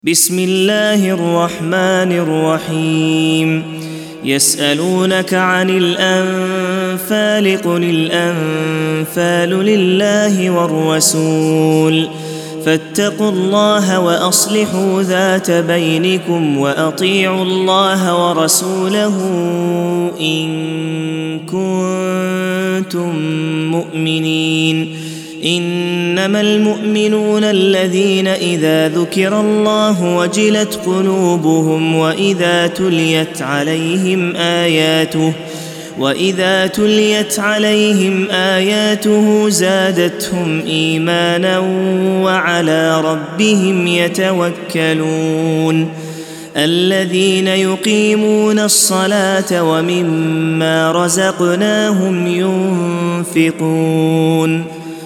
بسم الله الرحمن الرحيم. يسألونك عن الأنفال قل الأنفال لله والرسول فاتقوا الله وأصلحوا ذات بينكم وأطيعوا الله ورسوله إن كنتم مؤمنين. إنما المؤمنون الذين إذا ذكر الله وجلت قلوبهم وإذا تليت عليهم آياته زادتهم إيمانا وعلى ربهم يتوكلون. الذين يقيمون الصلاة ومما رزقناهم ينفقون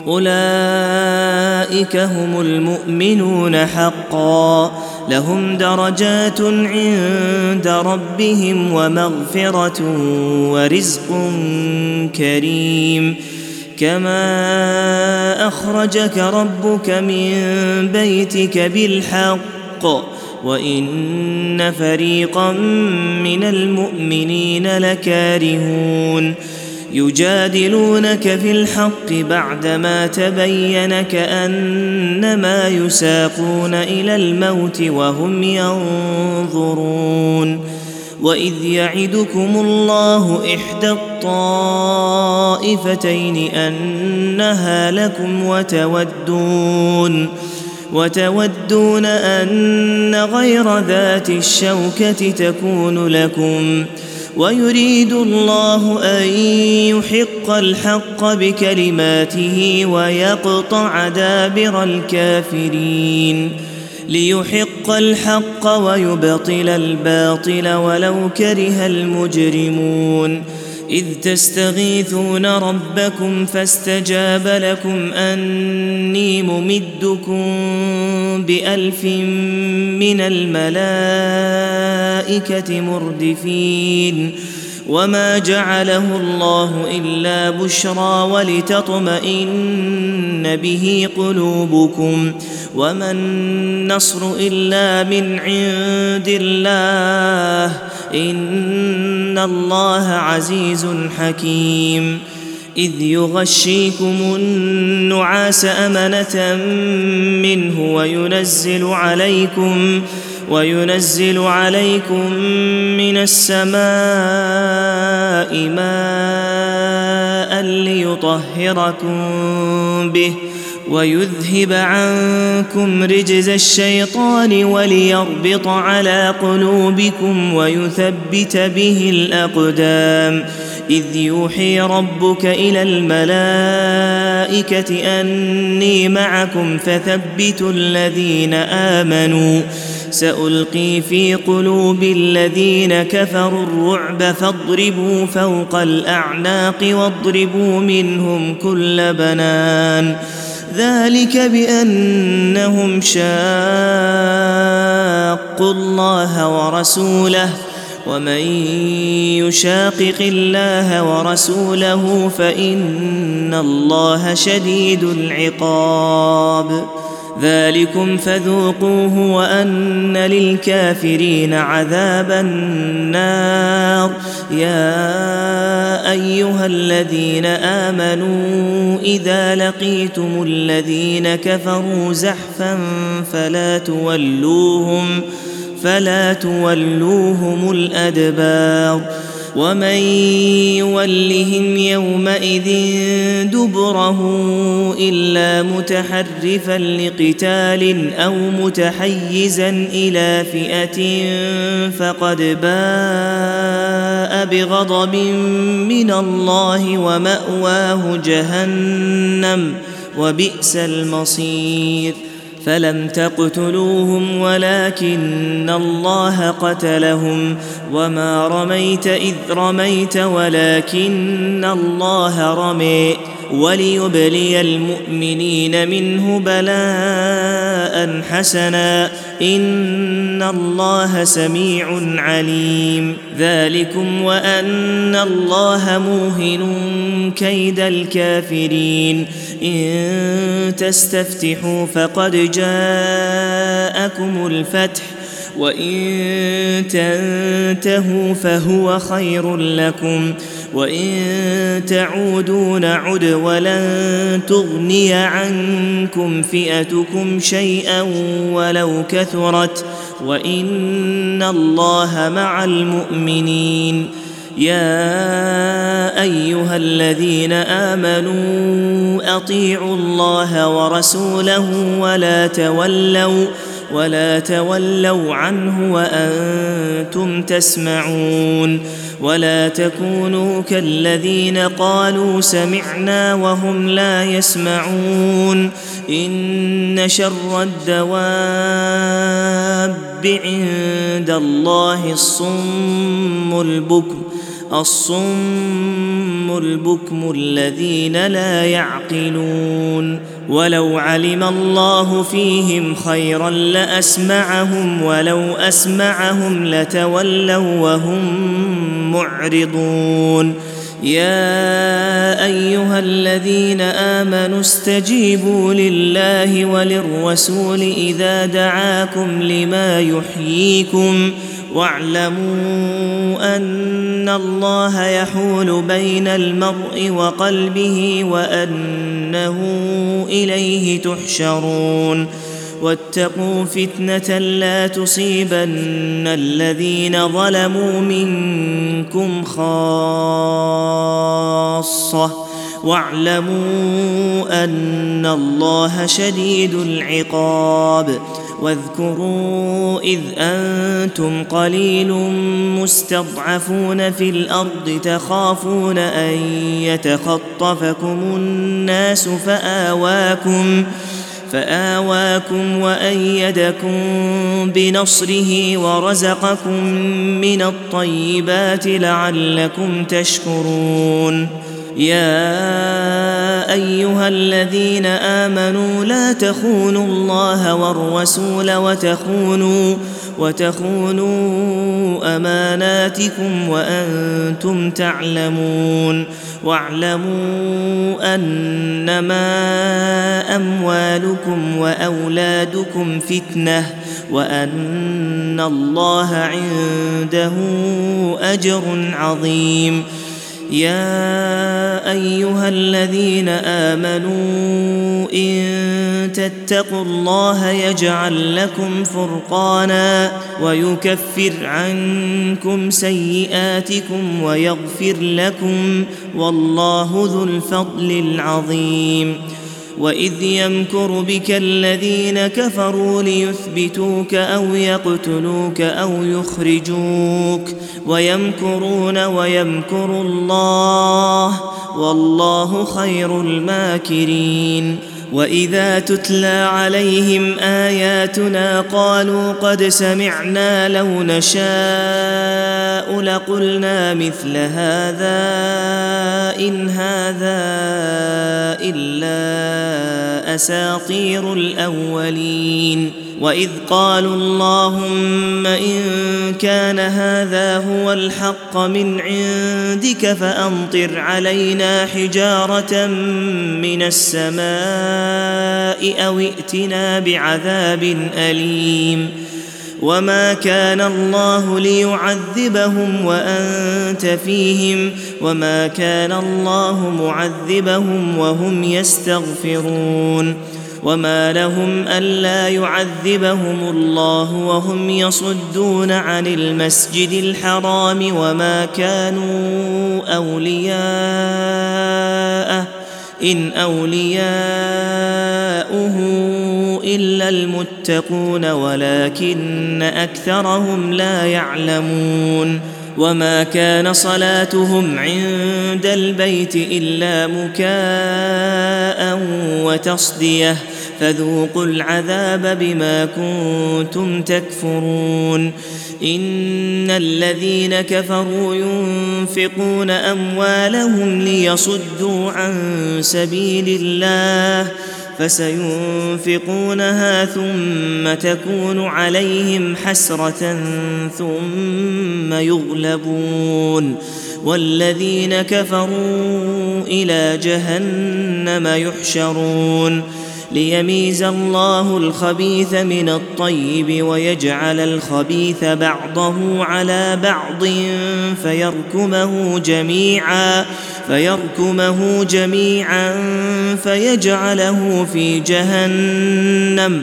أولئك هم المؤمنون حقا لهم درجات عند ربهم ومغفرة ورزق كريم. كما أخرجك ربك من بيتك بالحق وإن فريقا من المؤمنين لكارهون يجادلونك في الحق بعدما تبين كأنما يساقون إلى الموت وهم ينظرون. وإذ يعدكم الله إحدى الطائفتين أنها لكم وتودون أن غير ذات الشوكة تكون لكم ويريد الله أن يحق الحق بكلماته ويقطع دابر الكافرين ليحق الحق ويبطل الباطل ولو كره المجرمون. إذ تستغيثون ربكم فاستجاب لكم أني ممدكم ب1000 من الملائكة مردفين وما جعله الله إلا بشرى ولتطمئن به قلوبكم وما النصر إلا من عند الله إن الله عزيز حكيم. إذ يغشيكم النعاس أمنة منه وينزل عليكم من السماء ماء ليطهركم به ويذهب عنكم رجز الشيطان وليربط على قلوبكم ويثبت به الأقدام. إذ يوحي ربك إلى الملائكة أني معكم فثبتوا الذين آمنوا سألقي في قلوب الذين كفروا الرعب فاضربوا فوق الأعناق واضربوا منهم كل بنان. ذلك بأنهم شاقوا الله ورسوله ومن يشاقق الله ورسوله فإن الله شديد العقاب. ذلكم فذوقوه وأن للكافرين عذاب النار. يا أيها الذين آمنوا إذا لقيتم الذين كفروا زحفا فلا تولوهم الأدبار. ومن يولهم يومئذ دبره إلا متحرفا لقتال أو متحيزا إلى فئة فقد باء بغضب من الله ومأواه جهنم وبئس المصير. فلم تقتلوهم ولكن الله قتلهم وما رميت إذ رميت ولكن الله رمي وليبلي المؤمنين منه بلاء حسنا إن الله سميع عليم. ذلكم وأن الله موهن كيد الكافرين إن تستفتحوا فقد جاءكم الفتح وإن تنتهوا فهو خير لكم وإن تعودوا نعد ولن تغني عنكم فئتكم شيئا ولو كثرت وإن الله مع المؤمنين. يا أيها الذين آمنوا أطيعوا الله ورسوله ولا تولوا عنه وأنتم تسمعون ولا تكونوا كالذين قالوا سمعنا وهم لا يسمعون. إن شر الدواب عند الله الصم البكم الذين لا يعقلون. ولو علم الله فيهم خيرا لأسمعهم ولو أسمعهم لتولوا وهم معرضون. يا أيها الذين آمنوا استجيبوا لله وللرسول إذا دعاكم لما يحييكم واعلموا أن الله يحول بين المرء وقلبه وأنه إليه تحشرون. واتقوا فتنة لا تصيبن الذين ظلموا منكم خاصة واعلموا أن الله شديد العقاب. واذكروا إذ أنتم قليل مستضعفون في الأرض تخافون أن يتخطفكم الناس فآواكم وأيدكم بنصره ورزقكم من الطيبات لعلكم تشكرون. يا أيها الذين آمنوا لا تخونوا الله والرسول وتخونوا أماناتكم وأنتم تعلمون. واعلموا أنما أموالكم وأولادكم فتنة وأن الله عنده أجر عظيم. يا أيها الذين آمنوا إن تتقوا الله يجعل لكم فرقانا ويكفر عنكم سيئاتكم ويغفر لكم والله ذو الفضل العظيم. وإذ يمكر بك الذين كفروا ليثبتوك أو يقتلوك أو يخرجوك ويمكرون ويمكر الله والله خير الماكرين. وإذا تتلى عليهم آياتنا قالوا قد سمعنا لو نشاء لقلنا مثل هذا إن هذا إلا أساطير الأولين. وإذ قالوا اللهم إن كان هذا هو الحق من عندك فأمطر علينا حجارة من السماء أو ائتنا بعذاب أليم. وما كان الله ليعذبهم وأنت فيهم وما كان الله معذبهم وهم يستغفرون. وما لهم ألا يعذبهم الله وهم يصدون عن المسجد الحرام وما كانوا أولياءه إن أولياؤه إلا المتقون ولكن أكثرهم لا يعلمون. وما كان صلاتهم عند البيت إلا مكاء وتصدية فذوقوا العذاب بما كنتم تكفرون. إن الذين كفروا ينفقون أموالهم ليصدوا عن سبيل الله فسينفقونها ثم تكون عليهم حسرة ثم يغلبون والذين كفروا إلى جهنم يحشرون ليميز الله الخبيث من الطيب ويجعل الخبيث بعضه على بعض فيركمه جميعا فيجعله في جهنم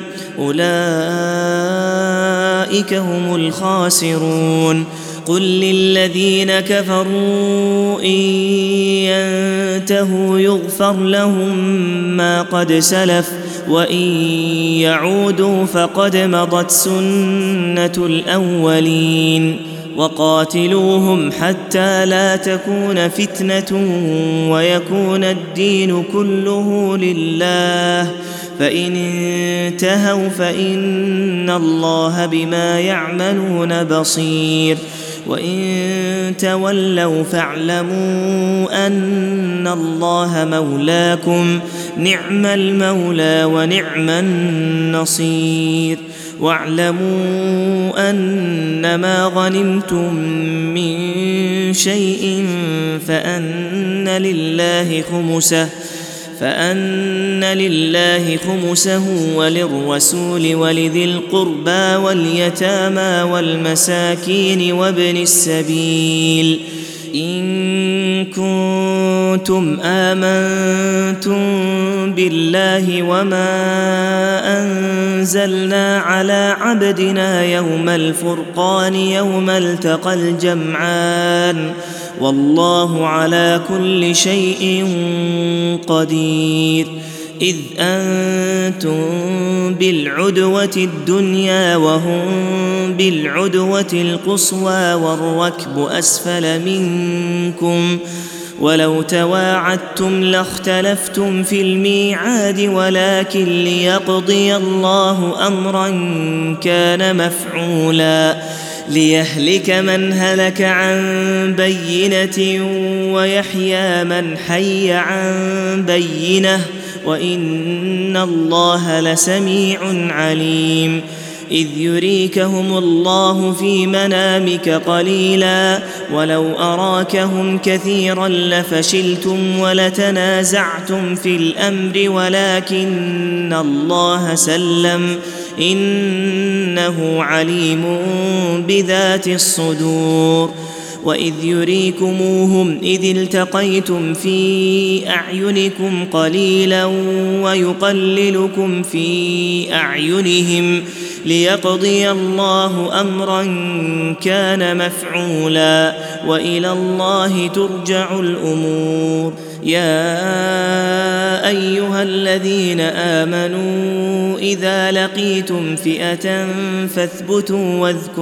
أولئك هم الخاسرون قل للذين كفروا إن ينتهوا يغفر لهم ما قد سلف وإن يعودوا فقد مضت سنة الأولين وقاتلوهم حتى لا تكون فتنة ويكون الدين كله لله فإن انتهوا فإن الله بما يعملون بصير وإن تولوا فاعلموا أن الله مولاكم نعم المولى ونعم النصير واعلموا أنما غنمتم من شيء فأن لله خمسه وللرسول ولذي القربى واليتامى والمساكين وابن السبيل إن كنتم آمنتم بالله وما أنزلنا على عبدنا يوم الفرقان يوم التقى الجمعان والله على كل شيء قدير إذ أنتم بالعدوة الدنيا وهم بالعدوة القصوى والركب أسفل منكم ولو تواعدتم لاختلفتم في الميعاد ولكن ليقضي الله أمرا كان مفعولا ليهلك من هلك عن بينة ويحيى من حي عن بينة وإن الله لسميع عليم إذ يريكهم الله في منامك قليلا ولو أراكهم كثيرا لفشلتم ولتنازعتم في الأمر ولكن الله سلم إنه عليم بذات الصدور وإذ يريكموهم إذ التقيتم في أعينكم قليلا ويقللكم في أعينهم ليقضي الله أمرا كان مفعولا وإلى الله ترجع الأمور يا أيها الذين آمنوا إذا لقيتم فئة فاثبتوا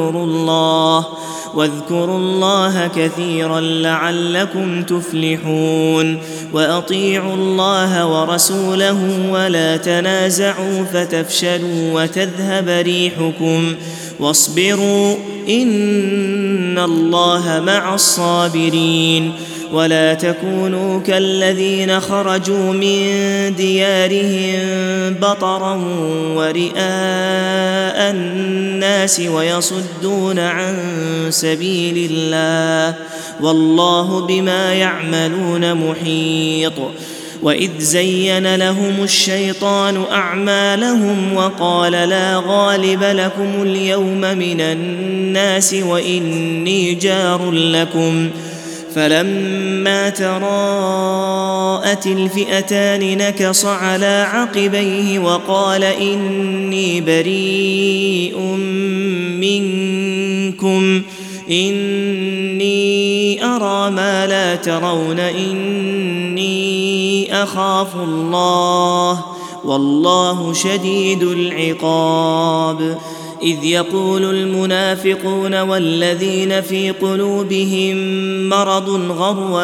واذكروا الله كثيرا لعلكم تفلحون وأطيعوا الله ورسوله ولا تنازعوا فتفشلوا وتذهب ريحكم واصبروا إن الله مع الصابرين ولا تكونوا كالذين خرجوا من ديارهم بطرا ورئاء الناس ويصدون عن سبيل الله والله بما يعملون محيط وإذ زين لهم الشيطان أعمالهم وقال لا غالب لكم اليوم من الناس وإني جار لكم فلما تراءت الفئتان نكص على عقبيه وقال إني بريء منكم إني أرى ما لا ترون إني أخاف الله والله شديد العقاب إذ يقول المنافقون والذين في قلوبهم مرض غر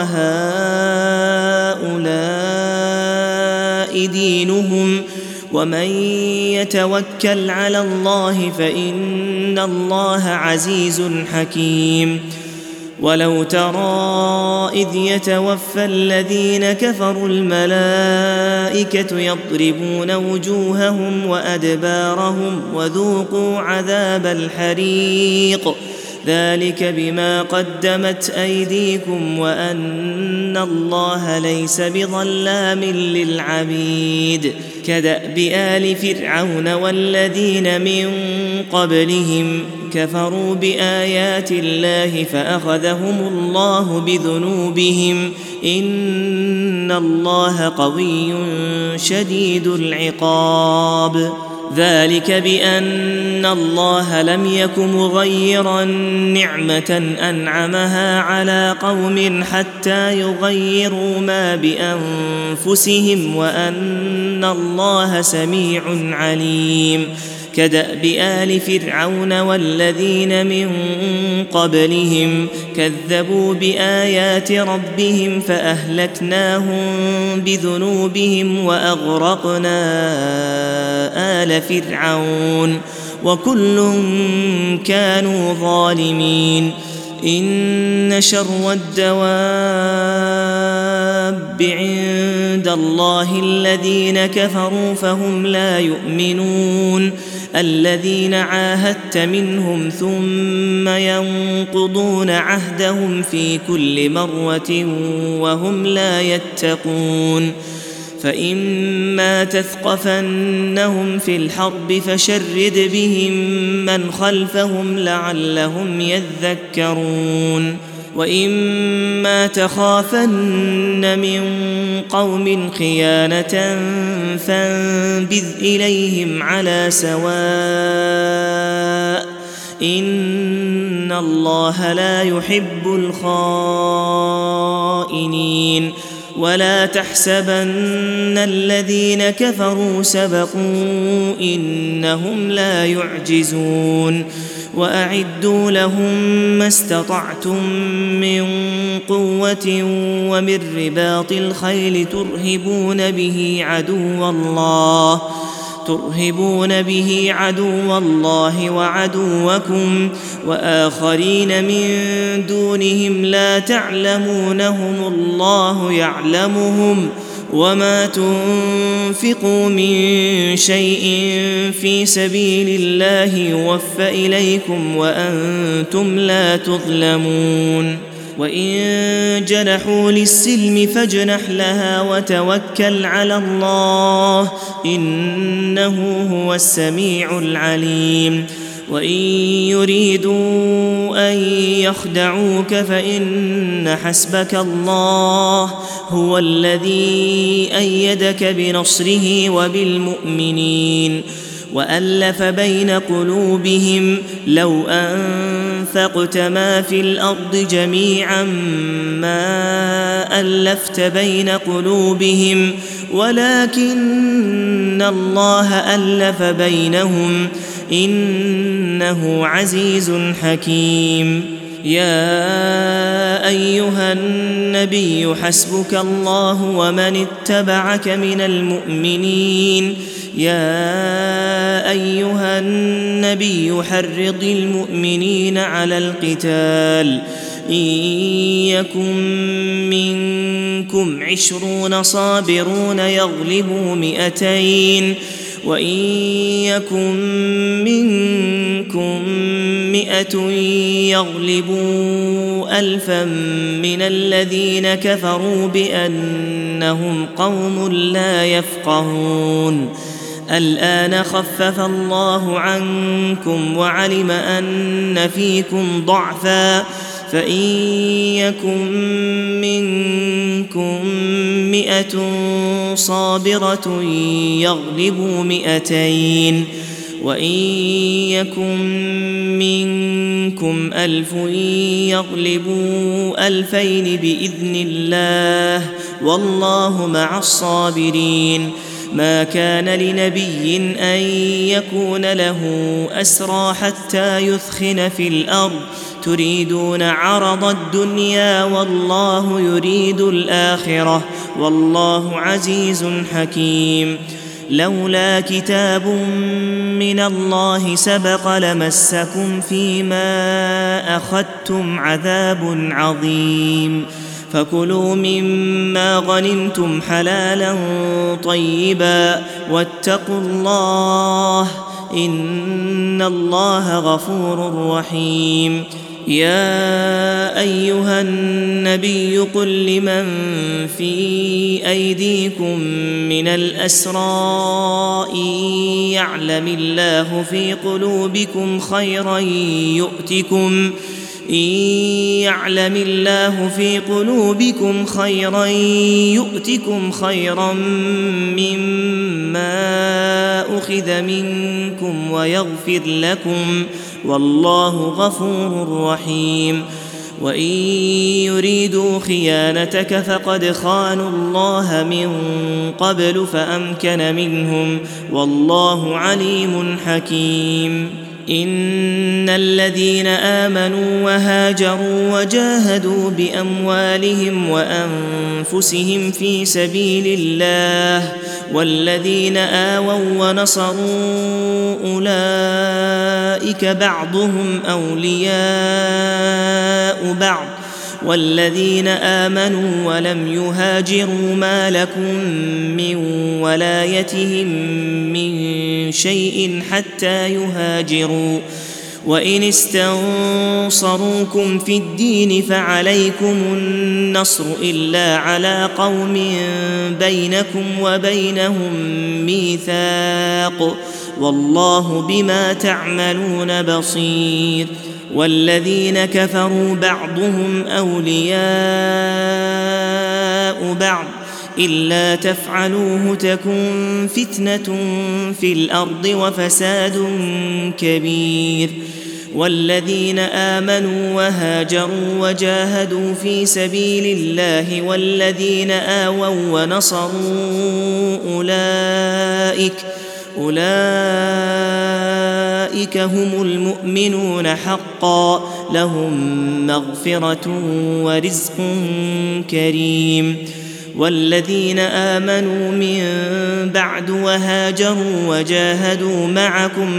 هؤلاء دينهم ومن يتوكل على الله فإن الله عزيز حكيم ولو ترى إذ يتوفى الذين كفروا الملائكة يضربون وجوههم وأدبارهم وذوقوا عذاب الحريق ذلك بما قدمت أيديكم وأن الله ليس بظلام للعبيد كدأب آل فرعون والذين من قبلهم كفروا بآيات الله فأخذهم الله بذنوبهم إن الله قوي شديد العقاب ذلك بأن الله لم يك مغيرا نعمة أنعمها على قوم حتى يغيروا ما بأنفسهم وأن الله سميع عليم كدأب آل فرعون والذين من قبلهم كذبوا بآيات ربهم فأهلكناهم بذنوبهم وأغرقنا آل فرعون وكل كانوا ظالمين إن شر الدواب عند الله الذين كفروا فهم لا يؤمنون الذين عاهدت منهم ثم ينقضون عهدهم في كل مرة وهم لا يتقون فإما تثقفنهم في الحرب فشرد بهم من خلفهم لعلهم يذكرون وإما تخافن من قوم خيانة فانبذ إليهم على سواء إن الله لا يحب الخائنين ولا تحسبن الذين كفروا سبقوا إنهم لا يعجزون وأعدوا لهم ما استطعتم من قوة ومن رباط الخيل ترهبون به عدو الله وعدوكم وآخرين من دونهم لا تعلمونهم الله يعلمهم وما تنفقوا من شيء في سبيل الله يوفى إليكم وأنتم لا تظلمون وإن جنحوا للسلم فاجنح لها وتوكل على الله إنه هو السميع العليم وإن يريدوا أن يخدعوك فإن حسبك الله هو الذي أيدك بنصره وبالمؤمنين وألف بين قلوبهم لو أنفقت ما في الأرض جميعا ما ألفت بين قلوبهم ولكن الله ألف بينهم إنه عزيز حكيم يا أيها النبي حسبك الله ومن اتبعك من المؤمنين يا أيها النبي حرض المؤمنين على القتال إن يكن منكم 20 صابرون يغلبوا 200 وإن يكن منكم 100 يغلبوا 1000 من الذين كفروا بأنهم قوم لا يفقهون الآن خفف الله عنكم وعلم أن فيكم ضعفا فإن يكن منكم 100 صابرة يغلبوا 200 وإن يكن منكم 1000 يغلبوا 2000 بإذن الله والله مع الصابرين ما كان لنبي أن يكون له أسرى حتى يثخن في الأرض تريدون عرض الدنيا والله يريد الآخرة والله عزيز حكيم لولا كتاب من الله سبق لمسكم فيما أخذتم عذاب عظيم فكلوا مما غنمتم حلالا طيبا واتقوا الله إن الله غفور رحيم يا أيها النبي قل لمن في أيديكم من الأسرى إن يعلم الله في قلوبكم خيرا يؤتكم خيرا مما أخذ منكم ويغفر لكم والله غفور رحيم وإن يريدوا خيانتك فقد خانوا الله من قبل فأمكن منهم والله عليم حكيم إن الذين آمنوا وهاجروا وجاهدوا بأموالهم وأنفسهم في سبيل الله والذين آووا ونصروا أولئك بعضهم أولياء بعض والذين آمنوا ولم يهاجروا ما لكم من ولايتهم من شيء حتى يهاجروا وإن استنصروكم في الدين فعليكم النصر إلا على قوم بينكم وبينهم ميثاق والله بما تعملون بصير والذين كفروا بعضهم أولياء بعض إلا تفعلوه تكن فتنة في الأرض وفساد كبير والذين آمنوا وهاجروا وجاهدوا في سبيل الله والذين آووا ونصروا أولئك هم المؤمنون حقا لهم مغفرة ورزق كريم والذين آمنوا من بعد وهاجروا وجاهدوا معكم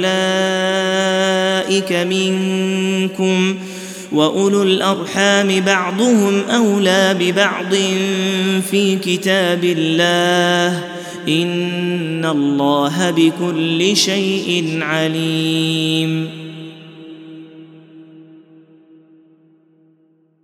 فأولئك منكم وأولو الأرحام بعضهم أولى ببعض في كتاب الله إن الله بكل شيء عليم